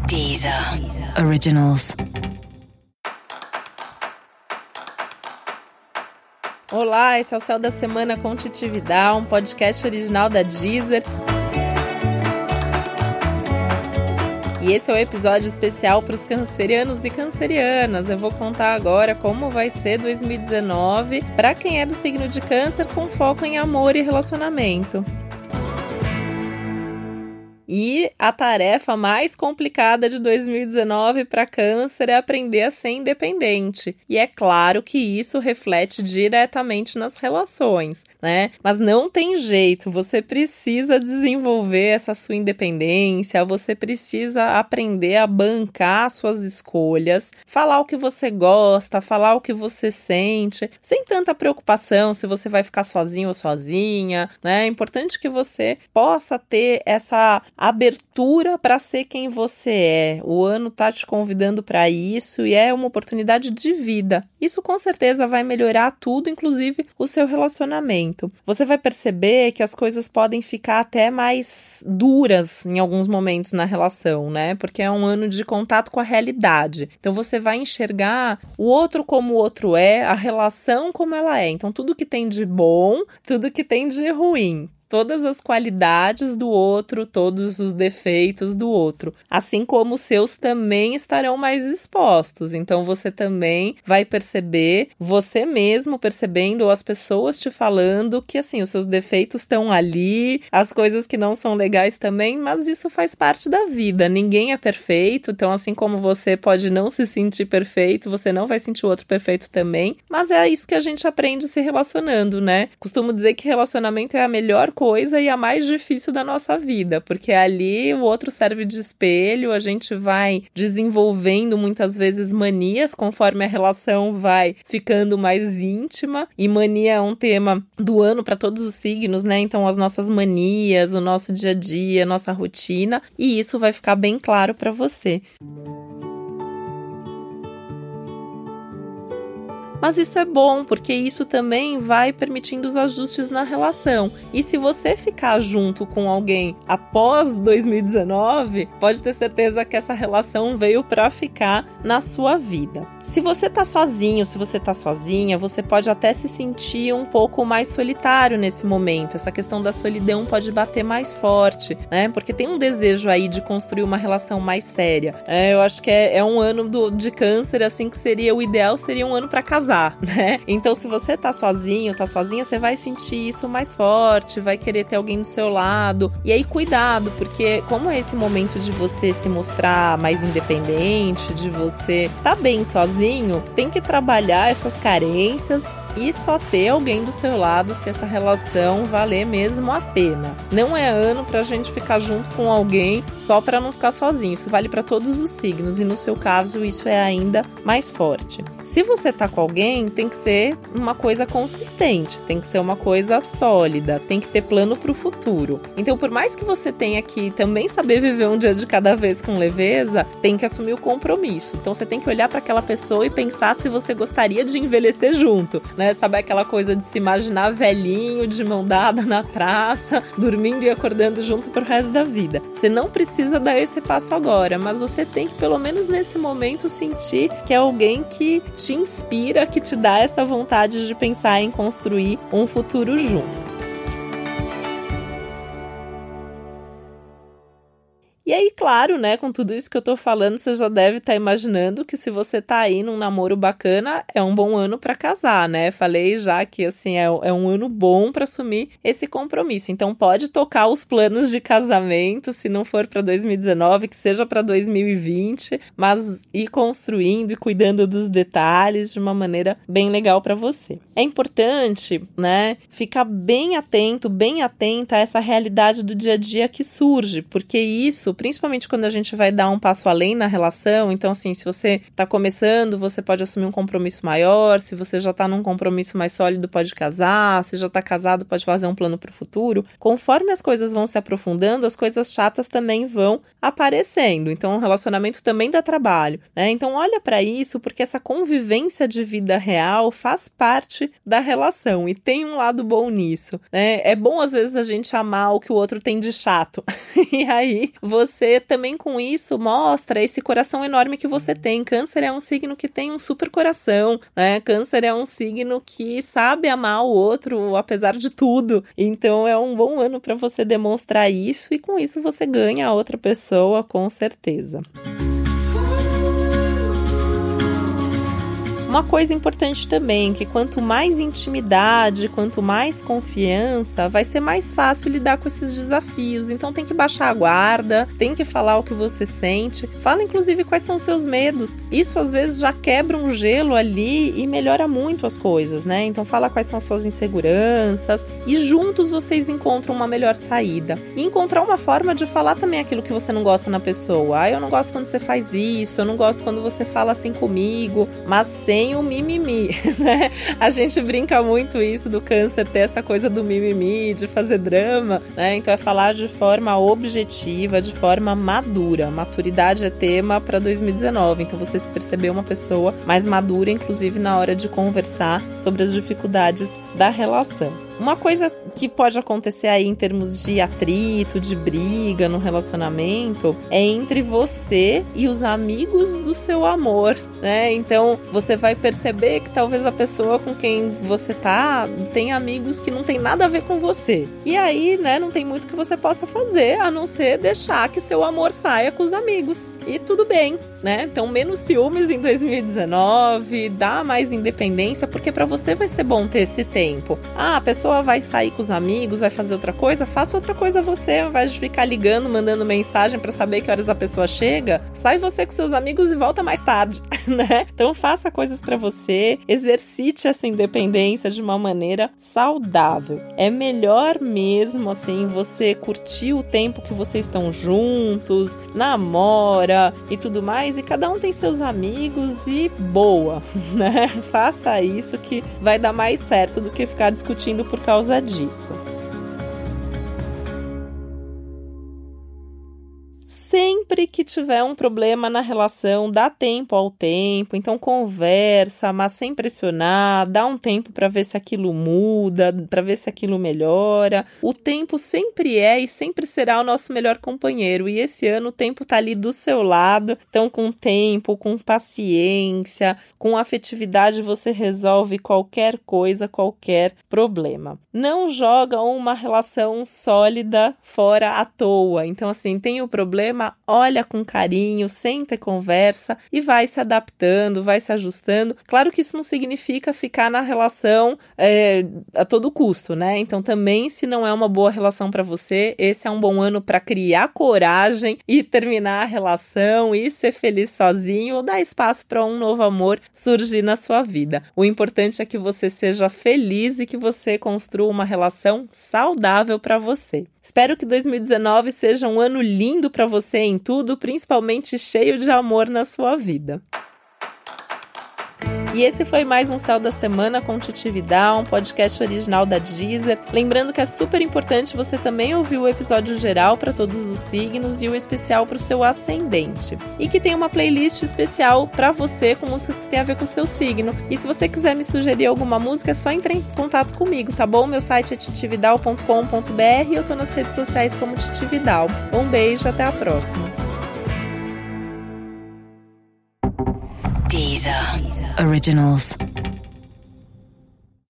Deezer Originals. Olá, esse é o Céu da Semana com Titi Vidal, um podcast original da Deezer. E esse é o episódio especial para os cancerianos e cancerianas. Eu vou contar agora como vai ser 2019 para quem é do signo de Câncer com foco em amor e relacionamento. E a tarefa mais complicada de 2019 para Câncer é aprender a ser independente. E é claro que isso reflete diretamente nas relações, né? Mas não tem jeito, você precisa desenvolver essa sua independência, você precisa aprender a bancar suas escolhas, falar o que você gosta, falar o que você sente, sem tanta preocupação se você vai ficar sozinho ou sozinha, né? É importante que você possa ter essa abertura para ser quem você é. O ano tá te convidando para isso e é uma oportunidade de vida. Isso com certeza vai melhorar tudo, inclusive o seu relacionamento. Você vai perceber que as coisas podem ficar até mais duras em alguns momentos na relação, né? Porque é um ano de contato com a realidade. Então você vai enxergar o outro como o outro é, a relação como ela é. Então tudo que tem de bom, tudo que tem de ruim. Todas as qualidades do outro, todos os defeitos do outro, assim como os seus também estarão mais expostos. Então você também vai perceber, você mesmo percebendo, ou as pessoas te falando que assim, os seus defeitos estão ali, as coisas que não são legais também, mas isso faz parte da vida. Ninguém é perfeito, então assim como você pode não se sentir perfeito, você não vai sentir o outro perfeito também, mas é isso que a gente aprende se relacionando, né? Costumo dizer que relacionamento é a melhor coisa e a mais difícil da nossa vida, porque ali o outro serve de espelho, a gente vai desenvolvendo muitas vezes manias conforme a relação vai ficando mais íntima, e mania é um tema do ano para todos os signos, né? Então as nossas manias, o nosso dia a dia, a nossa rotina, e isso vai ficar bem claro para você. Mas isso é bom, porque isso também vai permitindo os ajustes na relação. E se você ficar junto com alguém após 2019, pode ter certeza que essa relação veio para ficar na sua vida. Se você tá sozinho, se você tá sozinha, você pode até se sentir um pouco mais solitário nesse momento. Essa questão da solidão pode bater mais forte, né? Porque tem um desejo aí de construir uma relação mais séria. Eu acho que é um ano de Câncer, assim, que seria o ideal, seria um ano para casar, né? Então, se você tá sozinho, tá sozinha, você vai sentir isso mais forte, vai querer ter alguém do seu lado. E aí, cuidado, porque como é esse momento de você se mostrar mais independente, de você tá bem sozinho, tem que trabalhar essas carências e só ter alguém do seu lado se essa relação valer mesmo a pena. Não é ano pra gente ficar junto com alguém só pra não ficar sozinho. Isso vale pra todos os signos e no seu caso isso é ainda mais forte. Se você tá com alguém, tem que ser uma coisa consistente, tem que ser uma coisa sólida, tem que ter plano pro futuro. Então, por mais que você tenha que também saber viver um dia de cada vez com leveza, tem que assumir o compromisso. Então, você tem que olhar para aquela pessoa e pensar se você gostaria de envelhecer junto, né? Sabe aquela coisa de se imaginar velhinho, de mão dada na praça, dormindo e acordando junto pro resto da vida. Você não precisa dar esse passo agora, mas você tem que, pelo menos nesse momento, sentir que é alguém que te inspira, que te dá essa vontade de pensar em construir um futuro junto. E aí, claro, né, com tudo isso que eu tô falando, você já deve estar imaginando que se você tá aí num namoro bacana, é um bom ano para casar, né? Falei já que, assim, é um ano bom para assumir esse compromisso. Então, pode tocar os planos de casamento, se não for para 2019, que seja para 2020, mas ir construindo e cuidando dos detalhes de uma maneira bem legal para você. É importante, né, ficar bem atento, bem atenta a essa realidade do dia a dia que surge, porque isso, principalmente quando a gente vai dar um passo além na relação, então assim, se você está começando, você pode assumir um compromisso maior, se você já está num compromisso mais sólido, pode casar, se já está casado, pode fazer um plano para o futuro. Conforme as coisas vão se aprofundando, as coisas chatas também vão aparecendo, então o relacionamento também dá trabalho, né? Então olha para isso, porque essa convivência de vida real faz parte da relação e tem um lado bom nisso, né? É bom às vezes a gente amar o que o outro tem de chato e aí você porque também com isso mostra esse coração enorme que você tem. Câncer é um signo que tem um super coração, né? Câncer é um signo que sabe amar o outro apesar de tudo. Então é um bom ano para você demonstrar isso e com isso você ganha a outra pessoa com certeza. Uma coisa importante também, que quanto mais intimidade, quanto mais confiança, vai ser mais fácil lidar com esses desafios. Então tem que baixar a guarda, tem que falar o que você sente. Fala inclusive quais são os seus medos. Isso às vezes já quebra um gelo ali e melhora muito as coisas, né? Então fala quais são as suas inseguranças e juntos vocês encontram uma melhor saída. E encontrar uma forma de falar também aquilo que você não gosta na pessoa. Eu não gosto quando você faz isso, eu não gosto quando você fala assim comigo, mas sem o mimimi, né? A gente brinca muito isso do câncer, ter essa coisa do mimimi, de fazer drama, né? Então é falar de forma objetiva, de forma madura. Maturidade é tema para 2019, então você se perceber uma pessoa mais madura, inclusive na hora de conversar sobre as dificuldades da relação. Uma coisa que pode acontecer aí em termos de atrito, de briga no relacionamento, é entre você e os amigos do seu amor, né? Então, você vai perceber que talvez a pessoa com quem você tá tem amigos que não tem nada a ver com você. E aí, né, não tem muito que você possa fazer, a não ser deixar que seu amor saia com os amigos. E tudo bem, né? Então, menos ciúmes em 2019, dá mais independência, porque para você vai ser bom ter esse tempo. Ah, a pessoa vai sair com os amigos, vai fazer outra coisa, faça outra coisa você, ao invés de ficar ligando, mandando mensagem para saber que horas a pessoa chega, sai você com seus amigos e volta mais tarde, né? Então faça coisas para você, exercite essa independência de uma maneira saudável. É melhor mesmo, assim, você curtir o tempo que vocês estão juntos, namora e tudo mais, e cada um tem seus amigos e boa, né? Faça isso que vai dar mais certo do que ficar discutindo por causa disso. Sempre que tiver um problema na relação, dá tempo ao tempo, então conversa, mas sem pressionar, dá um tempo para ver se aquilo muda, para ver se aquilo melhora. O tempo sempre é e sempre será o nosso melhor companheiro, e esse ano o tempo tá ali do seu lado, então com tempo, com paciência, com afetividade você resolve qualquer coisa, qualquer problema. Não joga uma relação sólida fora à toa, então assim, tem o problema, olha com carinho, senta e conversa e vai se adaptando, vai se ajustando. Claro que isso não significa ficar na relação a todo custo, né? Então também, se não é uma boa relação para você, esse é um bom ano para criar coragem e terminar a relação e ser feliz sozinho ou dar espaço para um novo amor surgir na sua vida. O importante é que você seja feliz e que você construa uma relação saudável para você. Espero que 2019 seja um ano lindo para você em tudo, principalmente cheio de amor na sua vida. E esse foi mais um Céu da Semana com Titi Vidal, um podcast original da Deezer. Lembrando que é super importante você também ouvir o episódio geral para todos os signos e o especial para o seu ascendente. E que tem uma playlist especial para você com músicas que tem a ver com o seu signo. E se você quiser me sugerir alguma música, é só entrar em contato comigo, tá bom? Meu site é titividal.com.br e eu tô nas redes sociais como Titi Vidal. Um beijo, até a próxima. Deezer Originals.